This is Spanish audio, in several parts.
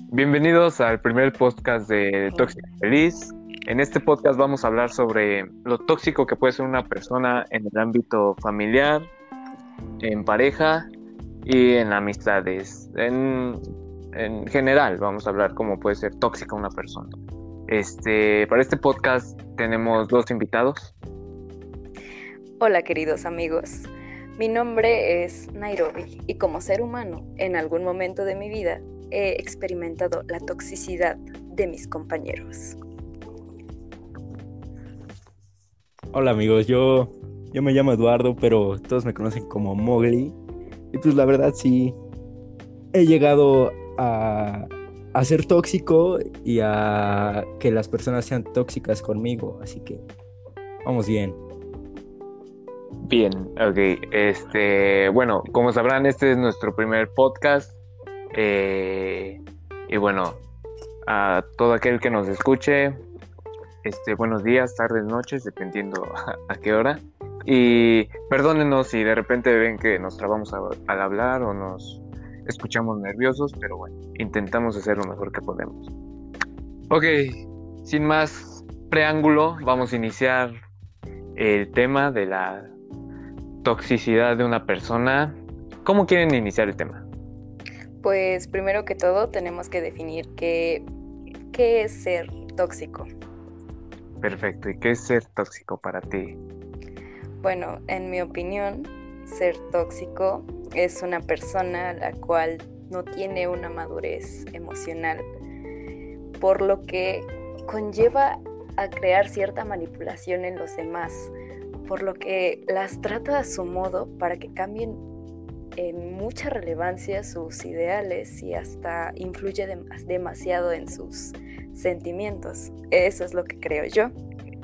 Bienvenidos al primer podcast de Tóxico Feliz. En este podcast vamos a hablar sobre lo tóxico que puede ser una persona en el ámbito familiar, en pareja y en amistades. En general vamos a hablar cómo puede ser tóxica una persona. Para este podcast tenemos dos invitados. Hola queridos amigos, mi nombre es Nairobi y como ser humano en algún momento de mi vida he experimentado la toxicidad de mis compañeros. Hola amigos, yo me llamo Eduardo, pero todos me conocen como Mowgli. Y pues la verdad sí, he llegado a ser tóxico y a que las personas sean tóxicas conmigo, así que vamos bien. Bien, ok. Bueno, como sabrán, este es nuestro primer podcast. Y bueno, a todo aquel que nos escuche, buenos días, tardes, noches, dependiendo a qué hora. Y perdónenos si de repente ven que nos trabamos al hablar o nos escuchamos nerviosos, pero bueno, intentamos hacer lo mejor que podemos. Ok, sin más preámbulo, vamos a iniciar el tema de la toxicidad de una persona. ¿Cómo quieren iniciar el tema? Pues primero que todo tenemos que definir qué es ser tóxico. Perfecto, ¿y qué es ser tóxico para ti? Bueno, en mi opinión, ser tóxico es una persona la cual no tiene una madurez emocional, por lo que conlleva a crear cierta manipulación en los demás, por lo que las trata a su modo para que cambien en mucha relevancia sus ideales y hasta influye demasiado en sus sentimientos. Eso es lo que creo yo.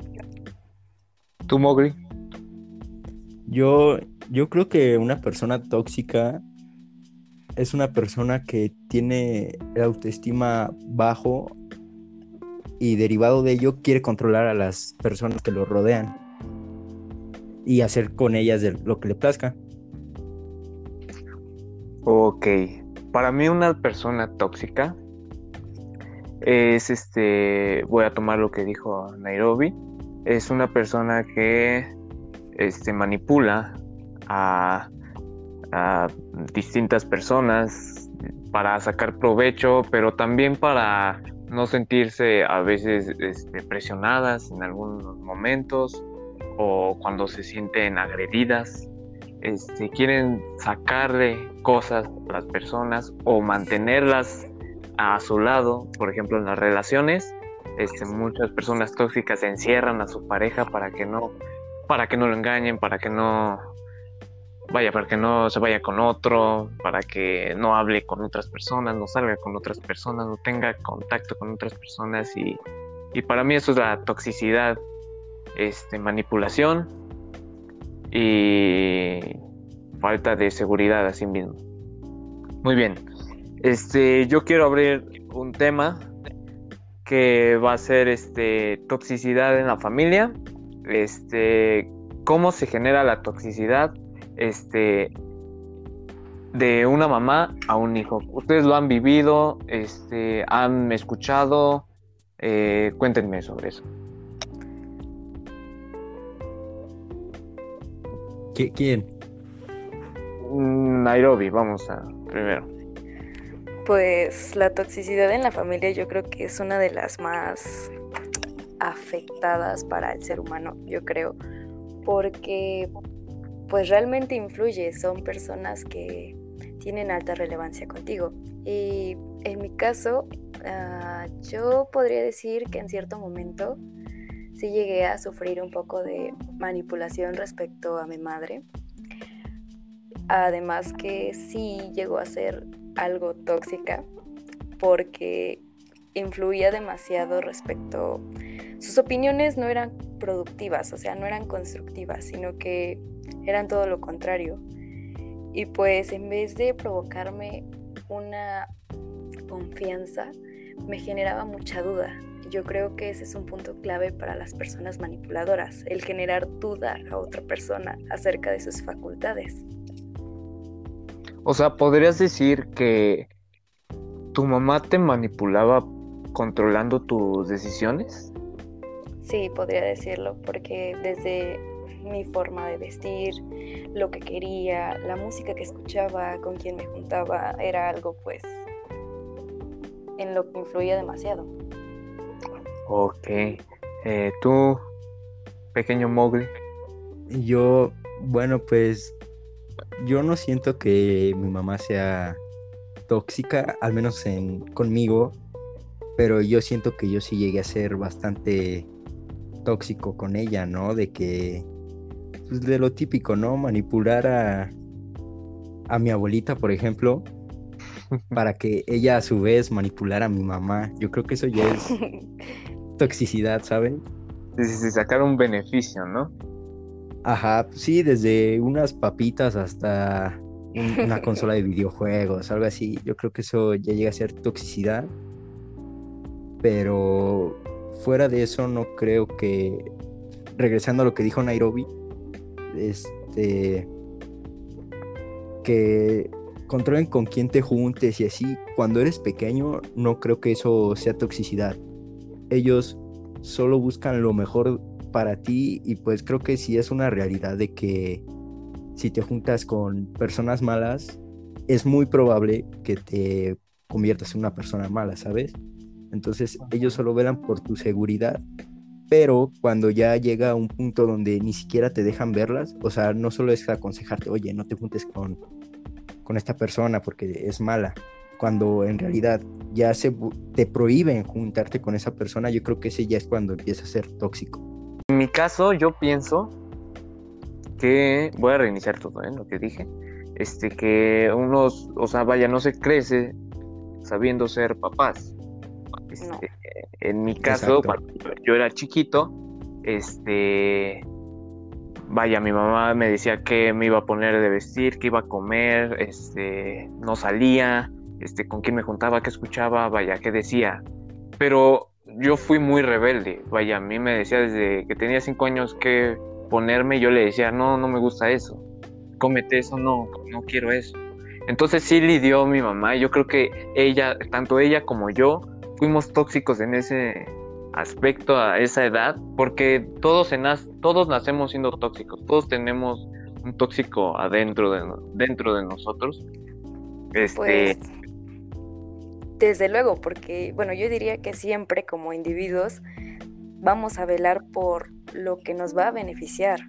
¿Tú, Mowgli? Yo creo que una persona tóxica es una persona que tiene el autoestima bajo y derivado de ello quiere controlar a las personas que lo rodean y hacer con ellas lo que le plazca. Ok, para mí una persona tóxica es, voy a tomar lo que dijo Nairobi, es una persona que manipula a distintas personas para sacar provecho, pero también para no sentirse a veces presionadas en algunos momentos o cuando se sienten agredidas. Quieren sacarle cosas a las personas o mantenerlas a su lado. Por ejemplo, en las relaciones, muchas personas tóxicas encierran a su pareja para que no lo engañen, para que no se vaya con otro, para que no hable con otras personas, no salga con otras personas, no tenga contacto con otras personas, y para mí eso es la toxicidad, manipulación y falta de seguridad a sí mismo. Muy bien, yo quiero abrir un tema que va a ser toxicidad en la familia. ¿Cómo se genera la toxicidad de una mamá a un hijo? ¿Ustedes lo han vivido? ¿Han escuchado? Cuéntenme sobre eso. ¿Quién? Nairobi, vamos a primero. Pues la toxicidad en la familia yo creo que es una de las más afectadas para el ser humano, yo creo, porque pues realmente influye, son personas que tienen alta relevancia contigo. Y en mi caso, yo podría decir que en cierto momento sí llegué a sufrir un poco de manipulación respecto a mi madre. Además que sí llegó a ser algo tóxica porque influía demasiado respecto. Sus opiniones no eran productivas, o sea, no eran constructivas, sino que eran todo lo contrario. Y pues en vez de provocarme una confianza, me generaba mucha duda. Yo creo que ese es un punto clave para las personas manipuladoras, el generar duda a otra persona acerca de sus facultades. O sea, ¿podrías decir que ¿Tu mamá te manipulaba controlando tus decisiones? Sí, podría decirlo, porque desde mi forma de vestir, lo que quería, la música que escuchaba, con quien me juntaba, era algo pues en lo que influía demasiado. Ok. ¿Tú, pequeño Mowgli? Yo, bueno, pues yo no siento que mi mamá sea tóxica, al menos conmigo, pero yo siento que yo sí llegué a ser bastante tóxico con ella, ¿no? De que, pues de lo típico, ¿no? Manipular a mi abuelita, por ejemplo, para que ella a su vez manipulara a mi mamá. Yo creo que eso ya es toxicidad, ¿saben? Sí, sacar un beneficio, ¿no? Ajá, pues sí, desde unas papitas hasta una consola de videojuegos, algo así. Yo creo que eso ya llega a ser toxicidad, pero fuera de eso no creo que, regresando a lo que dijo Nairobi, que controlen con quién te juntes y así, cuando eres pequeño no creo que eso sea toxicidad. Ellos solo buscan lo mejor para ti y pues creo que sí es una realidad de que si te juntas con personas malas, es muy probable que te conviertas en una persona mala, ¿sabes? Entonces ellos solo velan por tu seguridad, pero cuando ya llega a un punto donde ni siquiera te dejan verlas, o sea, no solo es aconsejarte, oye, no te juntes con esta persona porque es mala, cuando en realidad ya te prohíben juntarte con esa persona, yo creo que ese ya es cuando empieza a ser tóxico. En mi caso, yo pienso que voy a reiniciar todo, lo que dije. Que unos, o sea, vaya, no se crece sabiendo ser papás. No. En mi caso, Exacto. cuando yo era chiquito, vaya, mi mamá me decía que me iba a poner de vestir, que iba a comer, no salía, con quién me juntaba, qué escuchaba, vaya, qué decía. Pero yo fui muy rebelde, vaya, a mí me decía desde que tenía 5 años que ponerme, yo le decía, no, no me gusta eso, cómete eso, no, no quiero eso. Entonces sí lidió mi mamá, yo creo que ella, tanto ella como yo, fuimos tóxicos en ese aspecto a esa edad, porque todos nacemos siendo tóxicos, todos tenemos un tóxico dentro de nosotros. Pues desde luego, porque bueno, yo diría que siempre como individuos vamos a velar por lo que nos va a beneficiar.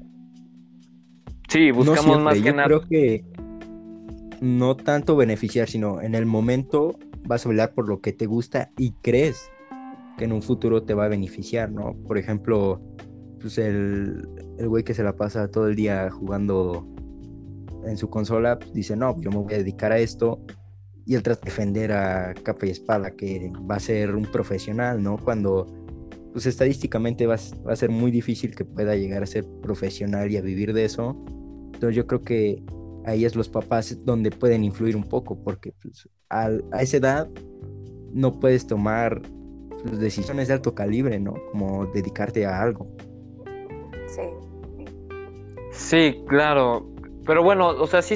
Sí, No buscamos más siempre, que yo nada. creo que no tanto beneficiar, sino en el momento vas a velar por lo que te gusta y crees que en un futuro te va a beneficiar, ¿no? Por ejemplo, pues el güey que se la pasa todo el día jugando en su consola, pues dice, no, yo me voy a dedicar a esto, y él trata de defender a capa y espada que va a ser un profesional, ¿no? Cuando, pues estadísticamente va a ser muy difícil que pueda llegar a ser profesional y a vivir de eso. Entonces yo creo que ahí es los papás donde pueden influir un poco, porque pues, a esa edad no puedes tomar pues, decisiones de alto calibre, ¿no? Como dedicarte a algo. Sí, Sí, claro, pero bueno, o sea, sí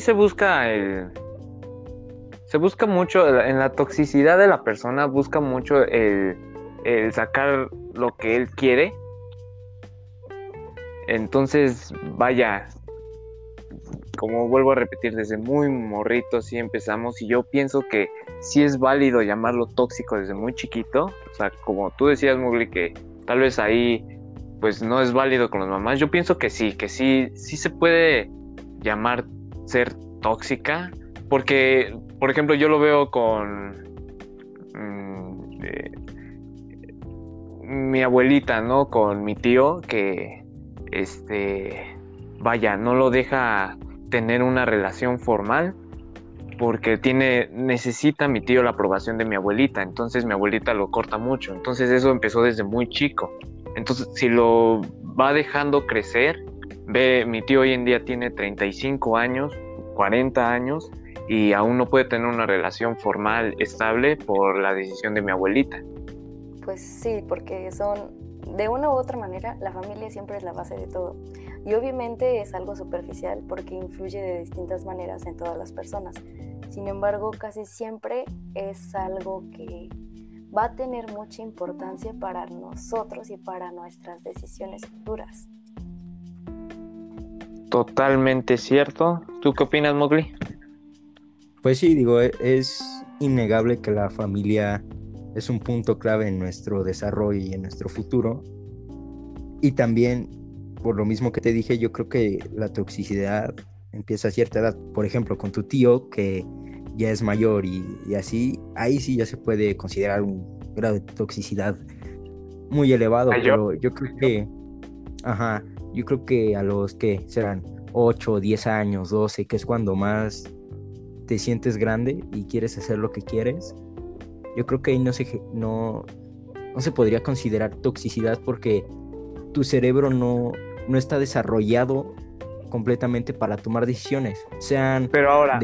se busca mucho en la toxicidad de la persona, busca mucho el sacar lo que él quiere. Entonces, vaya, como vuelvo a repetir, desde muy morrito sí empezamos, y yo pienso que sí es válido llamarlo tóxico desde muy chiquito. O sea, como tú decías, Mugli, que tal vez ahí pues no es válido con las mamás. Yo pienso que sí se puede llamar ser tóxica, porque, por ejemplo, yo lo veo con mi abuelita, ¿no? Con mi tío, que vaya, no lo deja tener una relación formal porque necesita mi tío la aprobación de mi abuelita, entonces mi abuelita lo corta mucho, entonces eso empezó desde muy chico. Entonces si lo va dejando crecer, mi tío hoy en día tiene 35 años, 40 años, y aún no puede tener una relación formal estable por la decisión de mi abuelita. pues sí, porque son, de una u otra manera, la familia siempre es la base de todo. Y obviamente es algo superficial porque influye de distintas maneras en todas las personas. Sin embargo, casi siempre es algo que va a tener mucha importancia para nosotros y para nuestras decisiones futuras. Totalmente cierto. ¿Tú qué opinas, Mowgli? Pues sí, digo, es innegable que la familia es un punto clave en nuestro desarrollo y en nuestro futuro. Y también, por lo mismo que te dije, yo creo que la toxicidad empieza a cierta edad. Por ejemplo, con tu tío, que ya es mayor y así, ahí sí ya se puede considerar un grado de toxicidad muy elevado, pero yo creo que, yo creo que a los que serán 8, 10 años, 12, que es cuando más te sientes grande y quieres hacer lo que quieres, yo creo que ahí no se podría considerar toxicidad porque tu cerebro no está desarrollado completamente para tomar decisiones, sean Pero ahora,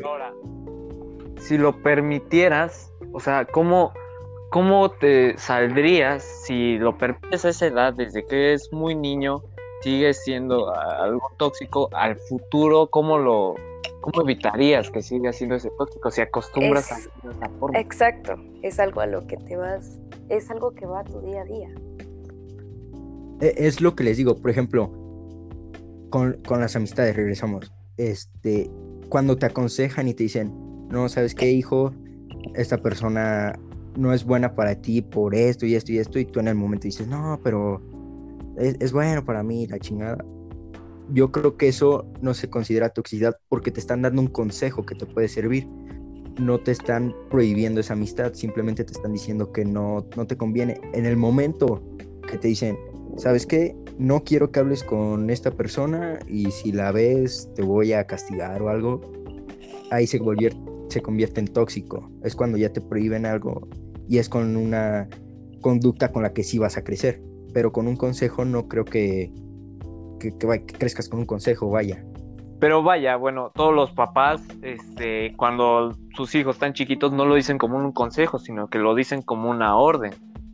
si lo permitieras, o sea, ¿cómo te saldrías si lo permites a esa edad, desde que es muy niño, sigues siendo algo tóxico, al futuro, ¿cómo evitarías que siga siendo ese tóxico? Si acostumbras a esa forma. Exacto, es algo a lo que te vas, es algo que va a tu día a día. Es lo que les digo, por ejemplo, con las amistades, regresamos. Cuando te aconsejan y te dicen, no, ¿sabes qué, hijo? Esta persona no es buena para ti por esto y esto y esto, y tú en el momento dices, no, pero es bueno para mí, la chingada. Yo creo que eso no se considera toxicidad porque te están dando un consejo que te puede servir. No te están prohibiendo esa amistad, simplemente te están diciendo que no te conviene. En el momento que te dicen, ¿sabes qué? No quiero que hables con esta persona y si la ves te voy a castigar o algo, ahí se convierte en tóxico. Es cuando ya te prohíben algo y es con una conducta con la que sí vas a crecer. Pero con un consejo no creo que crezcas con un consejo, vaya. Pero vaya, bueno, todos los papás, cuando sus hijos están chiquitos, no lo dicen como un consejo, sino que lo dicen como una orden.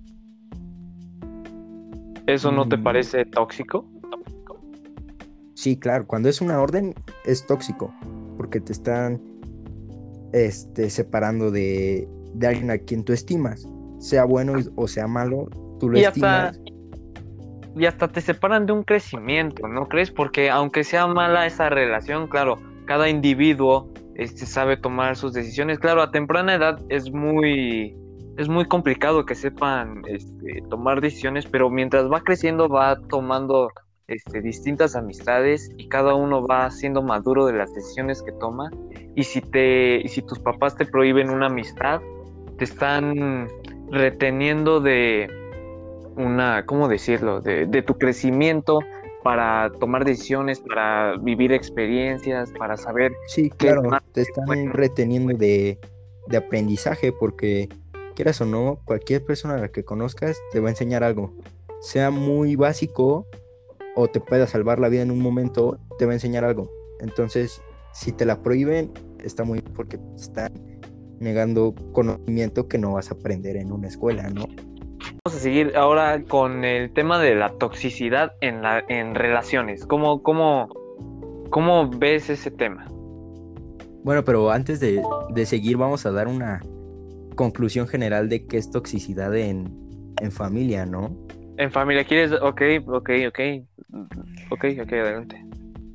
¿Eso no te parece tóxico? Sí, claro, cuando es una orden es tóxico, porque te están separando de alguien a quien tú estimas, sea bueno o sea malo, tú lo estimas. Y hasta te separan de un crecimiento, ¿no crees? Porque aunque sea mala esa relación, claro, cada individuo sabe tomar sus decisiones. Claro, a temprana edad es muy complicado que sepan tomar decisiones, pero mientras va creciendo va tomando distintas amistades y cada uno va siendo maduro de las decisiones que toma. Y si tus papás te prohíben una amistad, te están reteniendo de ¿cómo decirlo? De tu crecimiento para tomar decisiones, para vivir experiencias, para saber. Sí, claro, te están reteniendo de aprendizaje porque, quieras o no, cualquier persona a la que conozcas te va a enseñar algo, sea muy básico o te pueda salvar la vida en un momento, te va a enseñar algo. Entonces, si te la prohíben, está muy bien porque te están negando conocimiento que no vas a aprender en una escuela, ¿no? Vamos a seguir ahora con el tema de la toxicidad en relaciones. ¿Cómo ves ese tema? Bueno, pero antes de seguir, vamos a dar una conclusión general de qué es toxicidad en familia, ¿no? En familia, ¿quieres? Ok, adelante.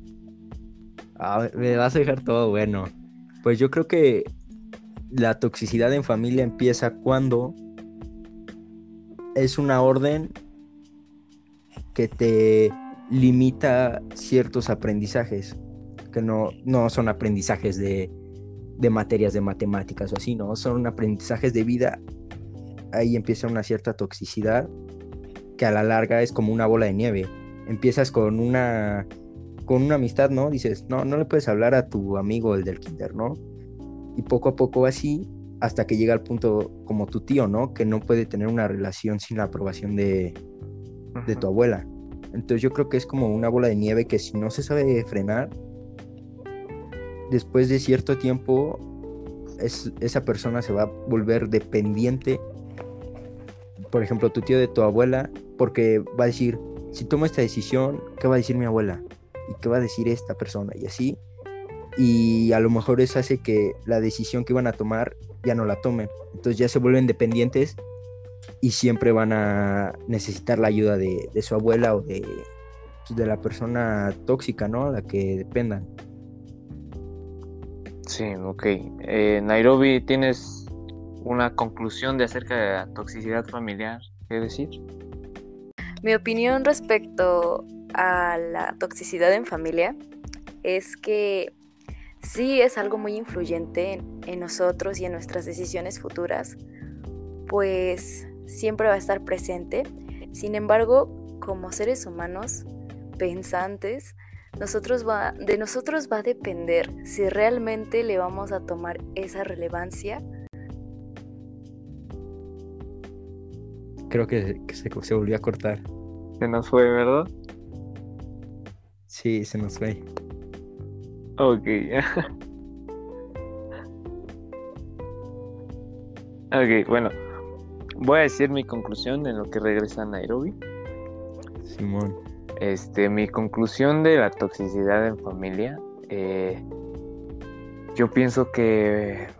Me vas a dejar todo bueno. Pues yo creo que la toxicidad en familia empieza cuando es una orden que te limita ciertos aprendizajes, que no son aprendizajes de materias de matemáticas o así, ¿no? Son aprendizajes de vida. Ahí empieza una cierta toxicidad que a la larga es como una bola de nieve. Empiezas con una amistad, ¿no? Dices, no le puedes hablar a tu amigo, el del kinder, ¿no? Y poco a poco así, hasta que llega al punto como tu tío, ¿no? Que no puede tener una relación sin la aprobación de tu abuela. Entonces yo creo que es como una bola de nieve que si no se sabe frenar, después de cierto tiempo, esa persona se va a volver dependiente, por ejemplo, tu tío de tu abuela, porque va a decir, si tomo esta decisión, ¿qué va a decir mi abuela? ¿Y qué va a decir esta persona? Y así. Y a lo mejor eso hace que la decisión que iban a tomar ya no la tomen. Entonces ya se vuelven dependientes y siempre van a necesitar la ayuda de su abuela o de la persona tóxica, ¿no? A la que dependan. Sí, ok. Nairobi, ¿tienes una conclusión de acerca de la toxicidad familiar que decir? Mi opinión respecto a la toxicidad en familia es que sí es algo muy influyente en nosotros y en nuestras decisiones futuras, pues siempre va a estar presente. Sin embargo, como seres humanos pensantes, de nosotros va a depender si realmente le vamos a tomar esa relevancia. Creo que se volvió a cortar. Se nos fue, ¿verdad? Sí, se nos fue. Ok. Ok, bueno. Voy a decir mi conclusión en lo que regresa a Nairobi. Simón. Mi conclusión de la toxicidad en familia, yo pienso que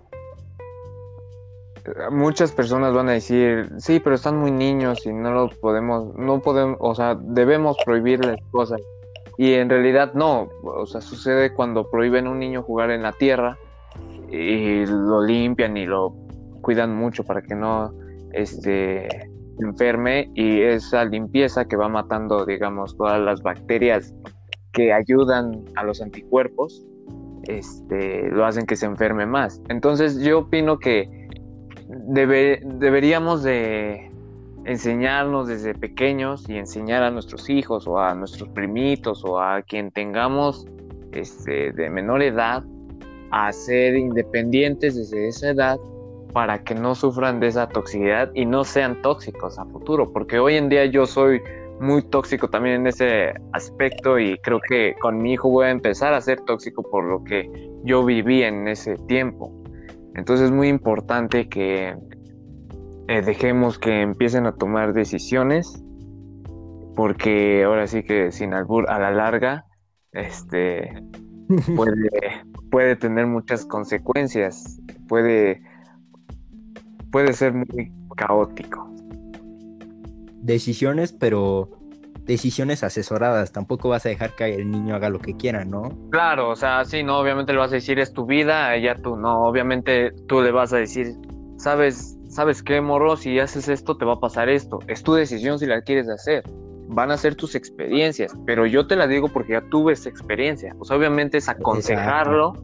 muchas personas van a decir, sí, pero están muy niños y no podemos, o sea, debemos prohibirles cosas. Y en realidad no, o sea, sucede cuando prohíben a un niño jugar en la tierra y lo limpian y lo cuidan mucho para que no se enferme, y esa limpieza que va matando, digamos, todas las bacterias que ayudan a los anticuerpos, lo hacen que se enferme más. Entonces yo opino que deberíamos de enseñarnos desde pequeños y enseñar a nuestros hijos o a nuestros primitos o a quien tengamos de menor edad a ser independientes desde esa edad, para que no sufran de esa toxicidad y no sean tóxicos a futuro, porque hoy en día yo soy muy tóxico también en ese aspecto y creo que con mi hijo voy a empezar a ser tóxico por lo que yo viví en ese tiempo. Entonces es muy importante que dejemos que empiecen a tomar decisiones, porque ahora sí que sin albur, a la larga puede tener muchas consecuencias, puede ser muy caótico. Decisiones, pero decisiones asesoradas. Tampoco vas a dejar que el niño haga lo que quiera, ¿no? Claro, o sea, sí, no, obviamente le vas a decir es tu vida, ya tú no, obviamente tú le vas a decir, ¿sabes qué, morro? Si haces esto te va a pasar esto, es tu decisión si la quieres hacer, van a ser tus experiencias, pero yo te la digo porque ya tuve esa experiencia. O sea, obviamente es aconsejarlos,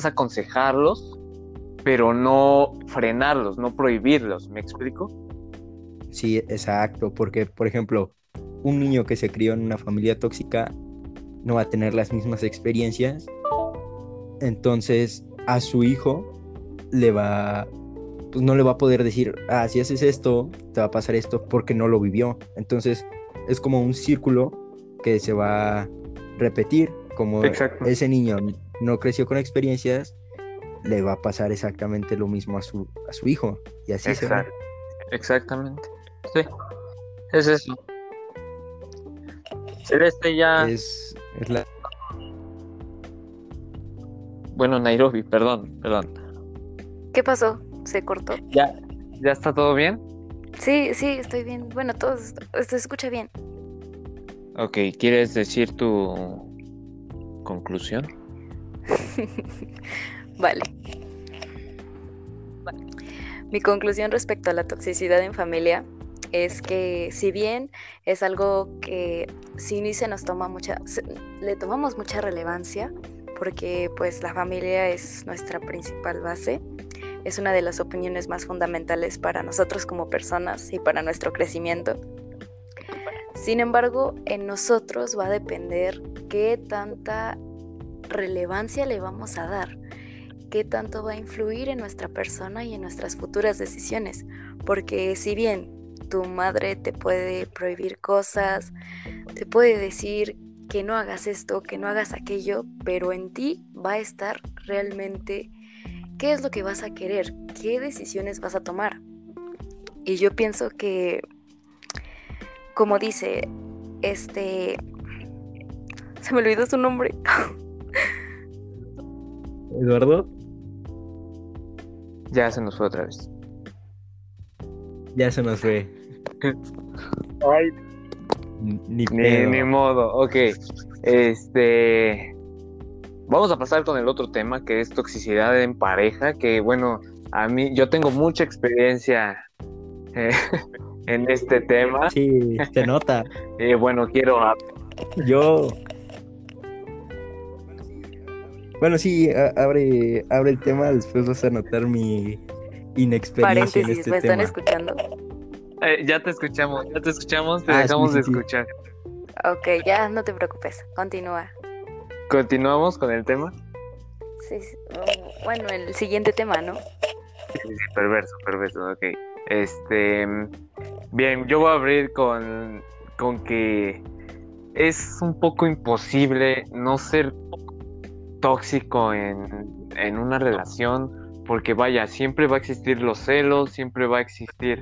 pero no frenarlos, no prohibirlos, ¿me explico? Sí, exacto, porque, por ejemplo, un niño que se crió en una familia tóxica no va a tener las mismas experiencias, entonces a su hijo pues no le va a poder decir, si haces esto, te va a pasar esto, porque no lo vivió. Entonces es como un círculo que se va a repetir, como Exacto. Ese niño no creció con experiencias, le va a pasar exactamente lo mismo a su hijo, y así se va. Exactamente, sí, es eso. Celeste ya... Es la... Bueno, Nairobi, perdón. ¿Qué pasó? ¿Se cortó? ¿Ya está todo bien? Sí, estoy bien. Bueno, todo se escucha bien. Ok, ¿quieres decir tu conclusión? Vale. Mi conclusión respecto a la toxicidad en familia es que, si bien es algo que sí le tomamos mucha relevancia, porque pues la familia es nuestra principal base, es una de las opiniones más fundamentales para nosotros como personas y para nuestro crecimiento. Sin embargo, en nosotros va a depender qué tanta relevancia le vamos a dar, qué tanto va a influir en nuestra persona y en nuestras futuras decisiones, porque si bien tu madre te puede prohibir cosas, te puede decir que no hagas esto, que no hagas aquello, pero en ti va a estar realmente qué es lo que vas a querer, qué decisiones vas a tomar. Y yo pienso que, como dice, se me olvidó su nombre. Eduardo, Ya se nos fue otra vez. ya se nos fue. Ay, Ni ni pedo. modo. Ok. Vamos a pasar con el otro tema, que es toxicidad en pareja, que bueno, yo tengo mucha experiencia eh, en este tema. Sí, se nota. Bueno, Yo. Bueno, sí, abre el tema, después vas a notar mi inexperiencia en Paréntesis, este ¿me están tema. escuchando? ya te escuchamos, te Ah, sí, dejamos de sí, sí. escuchar. Ok, ya no te preocupes, continúa. Continuamos con el tema. Sí, bueno, el siguiente tema, ¿no? Sí, perverso, ok. Bien, yo voy a abrir con que es un poco imposible no ser tóxico en una relación, porque vaya, siempre va a existir los celos, siempre va a existir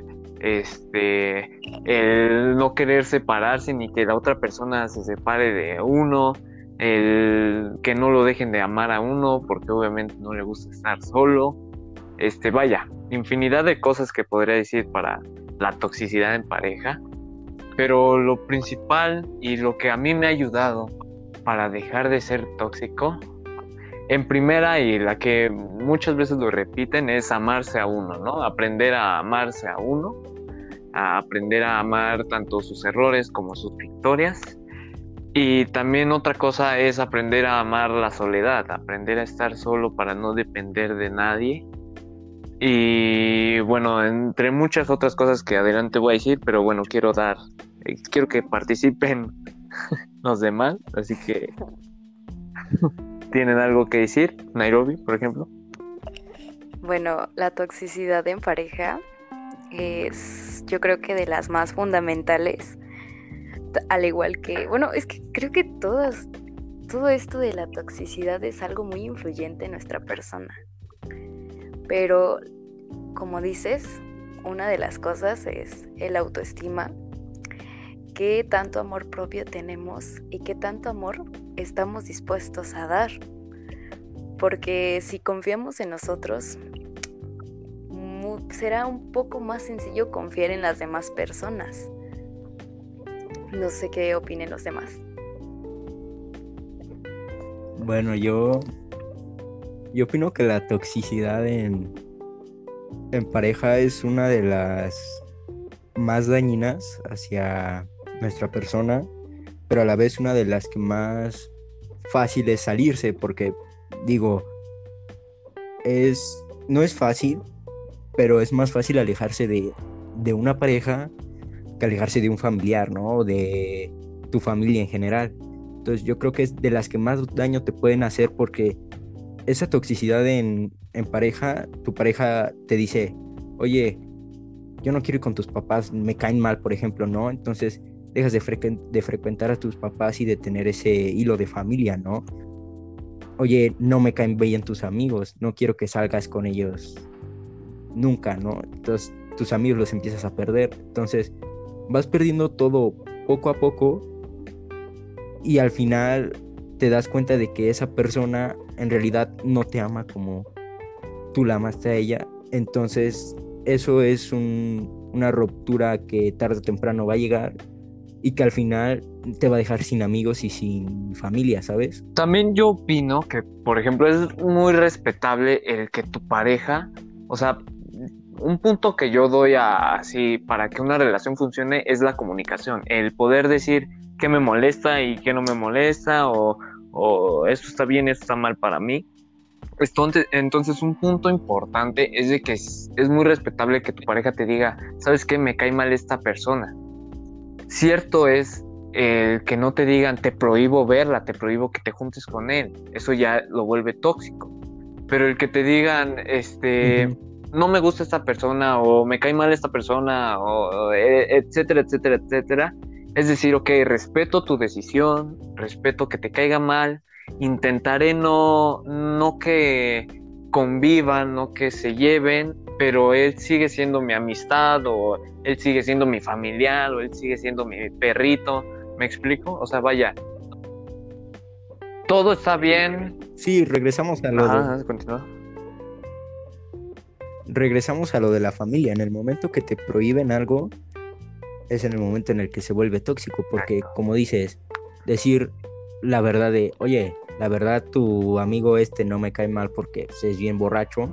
el no querer separarse ni que la otra persona se separe de uno, el que no lo dejen de amar a uno porque obviamente no le gusta estar solo. Vaya, infinidad de cosas que podría decir para la toxicidad en pareja, pero lo principal y lo que a mí me ha ayudado para dejar de ser tóxico, en primera y la que muchas veces lo repiten, es amarse a uno, ¿no? Aprender a amarse a uno, a aprender a amar tanto sus errores como sus victorias. Y también otra cosa es aprender a amar la soledad, aprender a estar solo para no depender de nadie. Y bueno, entre muchas otras cosas que adelante voy a decir, pero bueno, quiero que participen los demás, así que ¿tienen algo que decir? Nairobi, por ejemplo. Bueno, la toxicidad en pareja es, yo creo que de las más fundamentales, al igual que, bueno, es que creo que todo esto de la toxicidad es algo muy influyente en nuestra persona. Pero, como dices, una de las cosas es el autoestima, qué tanto amor propio tenemos y qué tanto amor estamos dispuestos a dar. Porque si confiamos en nosotros, será un poco más sencillo confiar en las demás personas. No sé qué opinen los demás. Bueno, yo opino que la toxicidad en pareja es una de las más dañinas hacia nuestra persona, pero a la vez una de las que más fácil es salirse, porque digo, no es fácil, pero es más fácil alejarse de una pareja que alejarse de un familiar, ¿no? O de tu familia en general. Entonces yo creo que es de las que más daño te pueden hacer, porque esa toxicidad en pareja, tu pareja te dice, oye, yo no quiero ir con tus papás, me caen mal, por ejemplo, ¿no? Entonces dejas de frecuentar a tus papás y de tener ese hilo de familia, ¿no? Oye, no me caen bien tus amigos, no quiero que salgas con ellos nunca, ¿no? Entonces tus amigos los empiezas a perder, entonces vas perdiendo todo poco a poco y al final te das cuenta de que esa persona en realidad no te ama como tú la amaste a ella. Entonces eso es una ruptura que tarde o temprano va a llegar y que al final te va a dejar sin amigos y sin familia, ¿sabes? También yo opino que, por ejemplo, es muy respetable el que tu pareja, o sea, un punto que yo doy así para que una relación funcione es la comunicación, el poder decir qué me molesta y qué no me molesta, o esto está bien, esto está mal para mí. Entonces un punto importante es de que es muy respetable que tu pareja te diga, ¿sabes qué? Me cae mal esta persona. Cierto es que no te digan, te prohíbo verla, te prohíbo que te juntes con él. Eso ya lo vuelve tóxico. Pero el que te digan, no me gusta esta persona, o me cae mal esta persona, o etcétera, etcétera, etcétera. Es decir, ok, respeto tu decisión, respeto que te caiga mal, intentaré no que convivan, no que se lleven, pero él sigue siendo mi amistad, o él sigue siendo mi familiar, o él sigue siendo mi perrito. ¿Me explico? O sea, vaya, todo está bien. Sí, regresamos a lo Ajá, continúa. de la familia. En el momento que te prohíben algo, es en el momento en el que se vuelve tóxico, porque Exacto. como dices, decir la verdad de, oye, la verdad tu amigo no me cae mal porque pues, es bien borracho,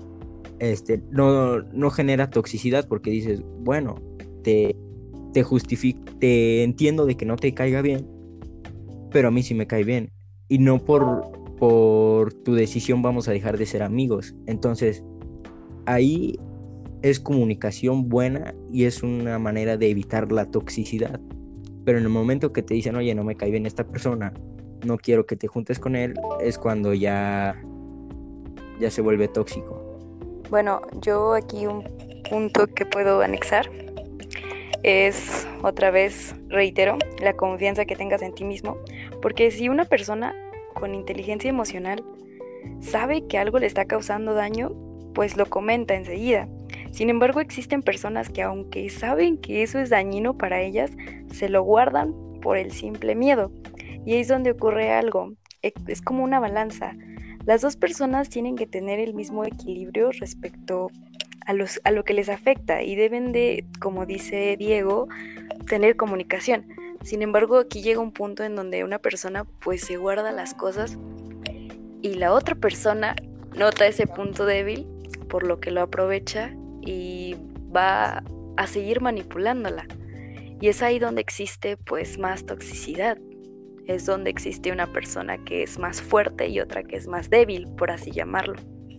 no genera toxicidad porque dices, bueno, te justifico, te entiendo de que no te caiga bien, pero a mí sí me cae bien. Y no por tu decisión vamos a dejar de ser amigos. Entonces, ahí es comunicación buena y es una manera de evitar la toxicidad. Pero en el momento que te dicen, oye, no me cae bien esta persona, no quiero que te juntes con él, es cuando ya se vuelve tóxico. Bueno, yo aquí un punto que puedo anexar es, otra vez, reitero, la confianza que tengas en ti mismo, porque si una persona con inteligencia emocional sabe que algo le está causando daño, pues lo comenta enseguida. Sin embargo, existen personas que aunque saben que eso es dañino para ellas, se lo guardan por el simple miedo. Y ahí es donde ocurre algo. Es como una balanza. Las dos personas tienen que tener el mismo equilibrio respecto a lo que les afecta y deben de, como dice Diego, tener comunicación. Sin embargo, aquí llega un punto en donde una persona pues se guarda las cosas y la otra persona nota ese punto débil, por lo que lo aprovecha y va a seguir manipulándola. Y es ahí donde existe pues más toxicidad. Es donde existe una persona que es más fuerte y otra que es más débil, por así llamarlo.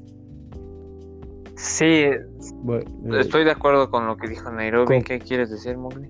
Sí, Bueno, estoy de acuerdo con lo que dijo Nairobi. ¿Qué quieres decir, Mowgli?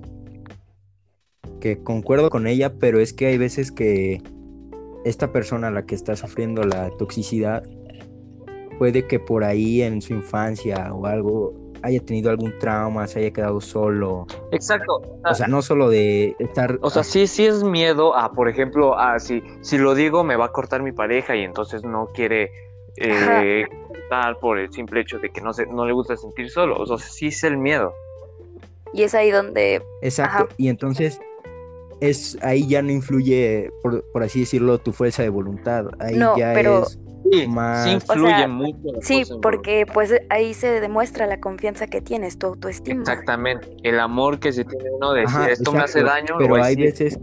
que concuerdo con ella, pero es que hay veces que esta persona, la que está sufriendo la toxicidad, puede que por ahí en su infancia o algo haya tenido algún trauma, se haya quedado solo. Exacto. O sea, no solo de estar... O sea, sí es miedo a, por ejemplo, si lo digo me va a cortar mi pareja y entonces no quiere cortar por el simple hecho de que no le gusta sentir solo. O sea, sí es el miedo. Y es ahí donde... Exacto, Ajá. y entonces ahí ya no influye, por así decirlo, tu fuerza de voluntad. Ahí No, ya pero es Sí más... influye o sea, mucho la sí, fuerza de voluntad. porque pues ahí se demuestra la confianza que tienes, tu autoestima. Exactamente. El amor que se tiene uno de decir Ajá, esto me hace exacto, daño, lo voy pero a hay decir. veces...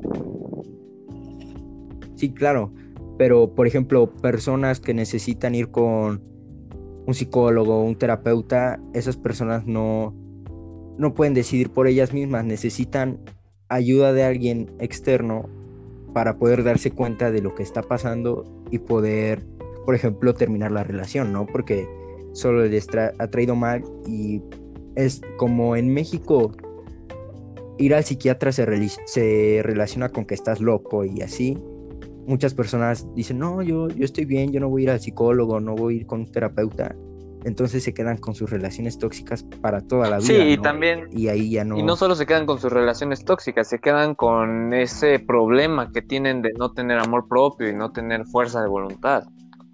Sí, claro, pero por ejemplo, personas que necesitan ir con un psicólogo, un terapeuta, esas personas no pueden decidir por ellas mismas, necesitan ayuda de alguien externo para poder darse cuenta de lo que está pasando y poder, por ejemplo, terminar la relación, ¿no? Porque solo les ha traído mal y es como en México, ir al psiquiatra se relaciona con que estás loco y así. Muchas personas dicen, no, yo estoy bien, yo no voy a ir al psicólogo, no voy a ir con un terapeuta. Entonces se quedan con sus relaciones tóxicas para toda la Sí, vida, y ¿no? también, Y ahí ya y no no... solo se quedan con sus relaciones tóxicas, se quedan con ese problema que tienen de no tener amor propio y no tener fuerza de voluntad.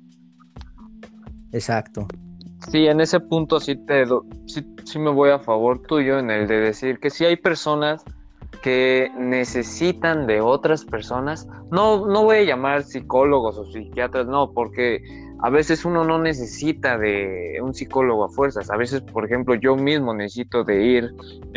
Exacto. Sí, en ese punto sí me voy a favor tuyo en el de decir que sí hay personas que necesitan de otras personas. No voy a llamar psicólogos o psiquiatras, no, porque a veces uno no necesita de un psicólogo a fuerzas. A veces, por ejemplo, yo mismo necesito de ir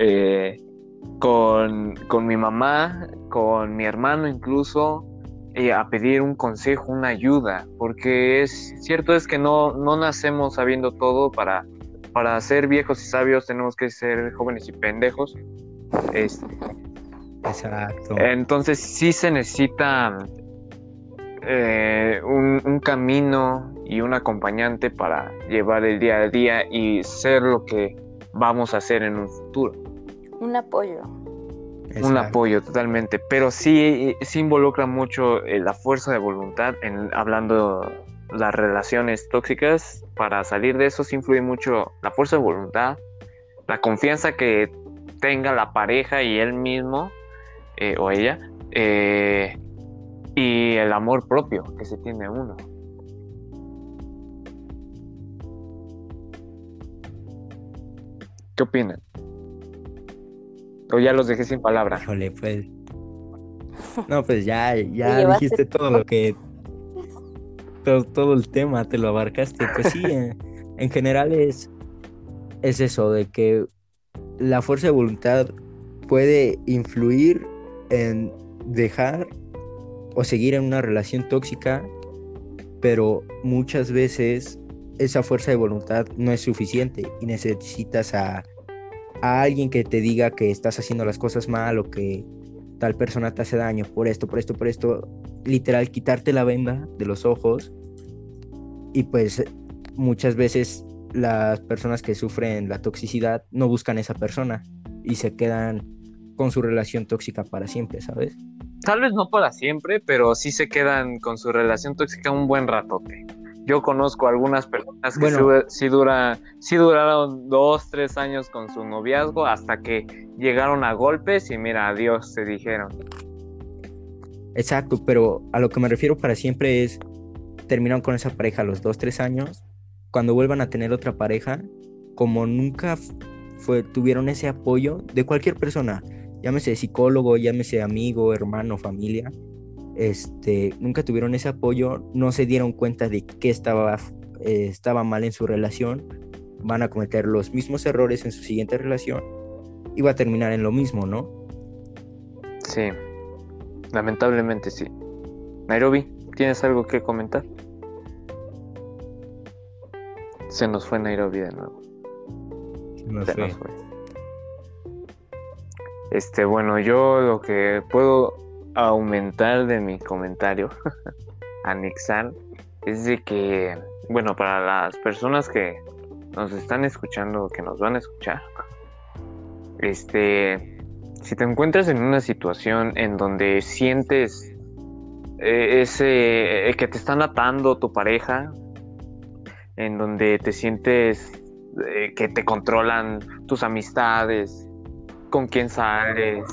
con mi mamá, con mi hermano incluso, a pedir un consejo, una ayuda, porque es cierto es que no nacemos sabiendo todo. Para ser viejos y sabios tenemos que ser jóvenes y pendejos. Exacto. Entonces sí se necesita un camino y un acompañante para llevar el día a día y ser lo que vamos a hacer en un futuro. Un apoyo. Un Exacto. apoyo totalmente, pero sí involucra mucho la fuerza de voluntad hablando las relaciones tóxicas. Para salir de eso sí influye mucho la fuerza de voluntad, la confianza que tenga la pareja y él mismo o ella, y el amor propio que se tiene uno. ¿Qué opinan? O ya los dejé sin palabra. Híjole, pues No, pues ya Te llevaste dijiste todo lo que, todo el tema, te lo abarcaste. Pues sí, en general es eso, de que la fuerza de voluntad puede influir en dejar o seguir en una relación tóxica, pero muchas veces esa fuerza de voluntad no es suficiente y necesitas a alguien que te diga que estás haciendo las cosas mal o que tal persona te hace daño por esto, por esto, por esto. Literal, quitarte la venda de los ojos. Y pues muchas veces las personas que sufren la toxicidad no buscan a esa persona y se quedan con su relación tóxica para siempre, ¿sabes? Tal vez no para siempre, pero sí se quedan con su relación tóxica un buen ratote. Yo conozco algunas personas que Bueno, sí duraron 2, 3 años con su noviazgo hasta que llegaron a golpes y mira, adiós, se dijeron. exacto, pero a lo que me refiero para siempre es terminaron con esa pareja a los 2, 3 años, cuando vuelvan a tener otra pareja, como nunca tuvieron ese apoyo de cualquier persona, llámese psicólogo, llámese amigo, hermano, familia, nunca tuvieron ese apoyo, no se dieron cuenta de que estaba mal en su relación, van a cometer los mismos errores en su siguiente relación y va a terminar en lo mismo, ¿no? Sí, lamentablemente sí. Nairobi, ¿tienes algo que comentar? Se nos fue Nairobi de nuevo. No Se sé. nos fue. Bueno, yo lo que puedo aumentar de mi comentario, anexar, es de que, bueno, para las personas que nos están escuchando, que nos van a escuchar, si te encuentras en una situación en donde sientes que te están atando tu pareja, en donde te sientes que te controlan tus amistades, con quién sales,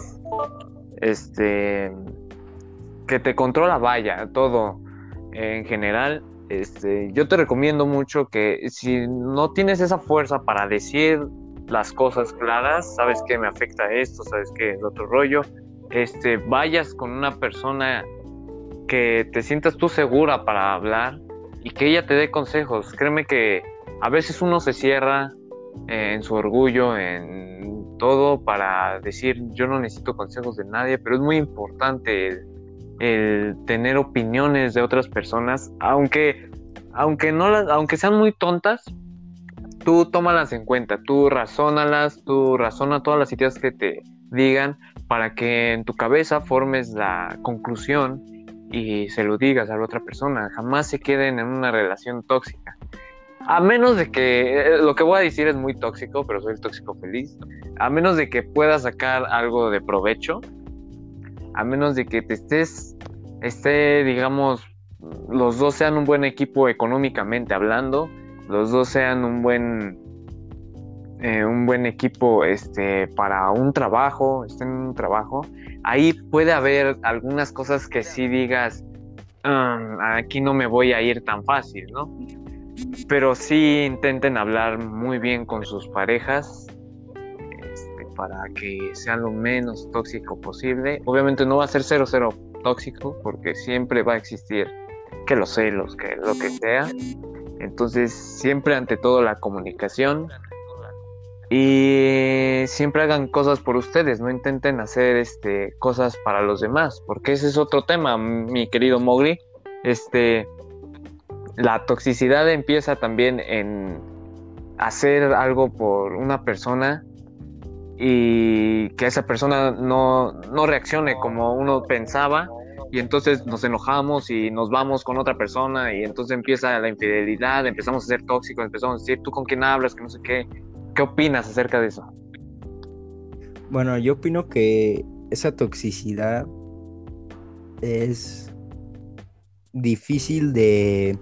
que te controla, vaya, todo en general, yo te recomiendo mucho que si no tienes esa fuerza para decir las cosas claras, sabes que me afecta esto, sabes que el otro rollo, vayas con una persona que te sientas tú segura para hablar y que ella te dé consejos. Créeme que a veces uno se cierra en su orgullo, en todo, para decir yo no necesito consejos de nadie, pero es muy importante el tener opiniones de otras personas, aunque sean muy tontas, tú tómalas en cuenta, tú razona todas las ideas que te digan para que en tu cabeza formes la conclusión y se lo digas a la otra persona. Jamás se queden en una relación tóxica. A menos de que, lo que voy a decir es muy tóxico, pero soy el tóxico feliz. A menos de que puedas sacar algo de provecho, a menos de que digamos, los dos sean un buen equipo económicamente hablando, los dos sean un buen equipo para un trabajo, estén en un trabajo, ahí puede haber algunas cosas que sí digas, aquí no me voy a ir tan fácil, ¿no? Pero sí intenten hablar muy bien con sus parejas, para que sea lo menos tóxico posible. Obviamente no va a ser 0-0 tóxico, porque siempre va a existir que los celos, que lo que sea. Entonces siempre ante todo la comunicación, y siempre hagan cosas por ustedes, no intenten hacer cosas para los demás, porque ese es otro tema, mi querido Mowgli. La toxicidad empieza también en hacer algo por una persona y que esa persona no reaccione como uno pensaba, y entonces nos enojamos y nos vamos con otra persona, y entonces empieza la infidelidad, empezamos a ser tóxicos, empezamos a decir, ¿tú con quién hablas? Que no sé qué. ¿Qué opinas acerca de eso? Bueno, yo opino que esa toxicidad es difícil de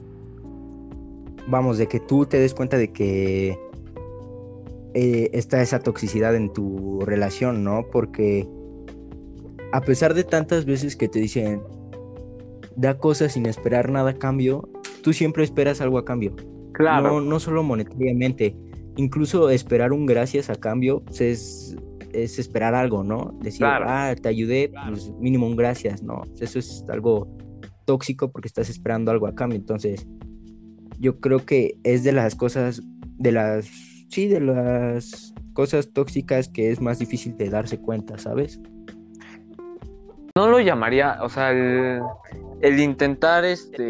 que tú te des cuenta de que está esa toxicidad en tu relación, ¿no? Porque a pesar de tantas veces que te dicen da cosas sin esperar nada a cambio, tú siempre esperas algo a cambio. Claro. No solo monetariamente, incluso esperar un gracias a cambio, pues es esperar algo, ¿no? Decir, Claro. te ayudé, pues mínimo un gracias, ¿no? Eso es algo tóxico porque estás esperando algo a cambio. Entonces, yo creo que es de las cosas, de las cosas tóxicas que es más difícil de darse cuenta, ¿sabes? No lo llamaría, o sea, el intentar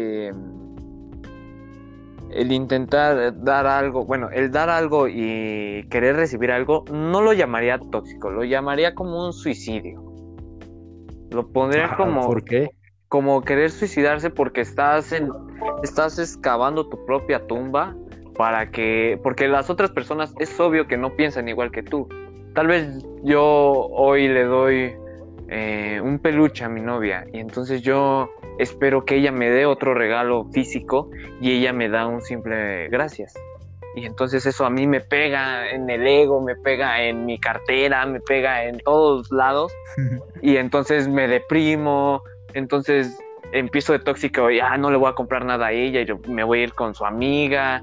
el intentar dar algo, bueno, el dar algo y querer recibir algo, no lo llamaría tóxico, lo llamaría como un suicidio. Lo pondría ¿Por qué? como querer suicidarse porque estás excavando tu propia tumba porque las otras personas es obvio que no piensan igual que tú. Tal vez yo hoy le doy un peluche a mi novia y entonces yo espero que ella me dé otro regalo físico y ella me da un simple gracias. Y entonces eso a mí me pega en el ego, me pega en mi cartera, me pega en todos lados y entonces me deprimo, entonces empiezo de tóxico y no le voy a comprar nada a ella y yo me voy a ir con su amiga,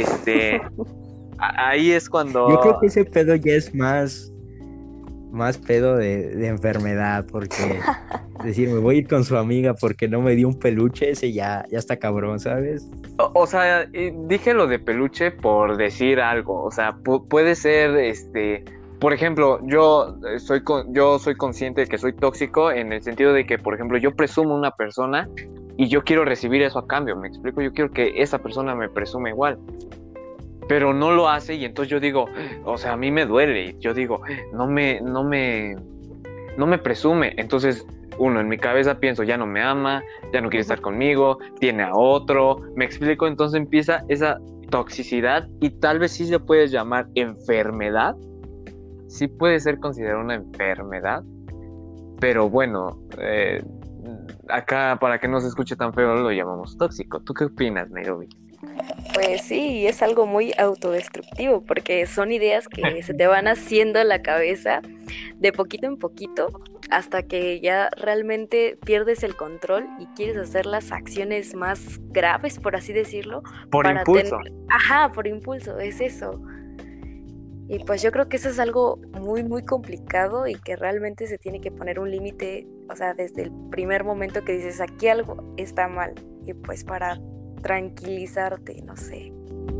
ahí es Yo creo cuando... que ese pedo ya es más pedo de enfermedad, porque decir, me voy a ir con su amiga porque no me dio un peluche, ese ya está cabrón, ¿sabes? O sea, dije lo de peluche por decir algo, o sea, puede ser, por ejemplo, yo soy consciente de que soy tóxico en el sentido de que, por ejemplo, yo presumo una persona y yo quiero recibir eso a cambio, ¿me explico? Yo quiero que esa persona me presume igual, pero no lo hace y entonces yo digo, o sea, a mí me duele, yo digo, no me presume, entonces en mi cabeza pienso, ya no me ama, ya no quiere estar conmigo, tiene a otro, me explico, entonces empieza esa toxicidad y tal vez sí se puede llamar enfermedad, sí puede ser considerada una enfermedad, pero bueno, acá para que no se escuche tan feo lo llamamos tóxico. ¿Tú qué opinas, Nairobi? Pues sí, es algo muy autodestructivo porque son ideas que se te van haciendo en la cabeza de poquito en poquito hasta que ya realmente pierdes el control y quieres hacer las acciones más graves, por así decirlo, Por para impulso. Ajá, por impulso, es eso. Y pues yo creo que eso es algo muy, muy complicado y que realmente se tiene que poner un límite, o sea, desde el primer momento que dices, aquí algo está mal, y pues para tranquilizarte, no sé.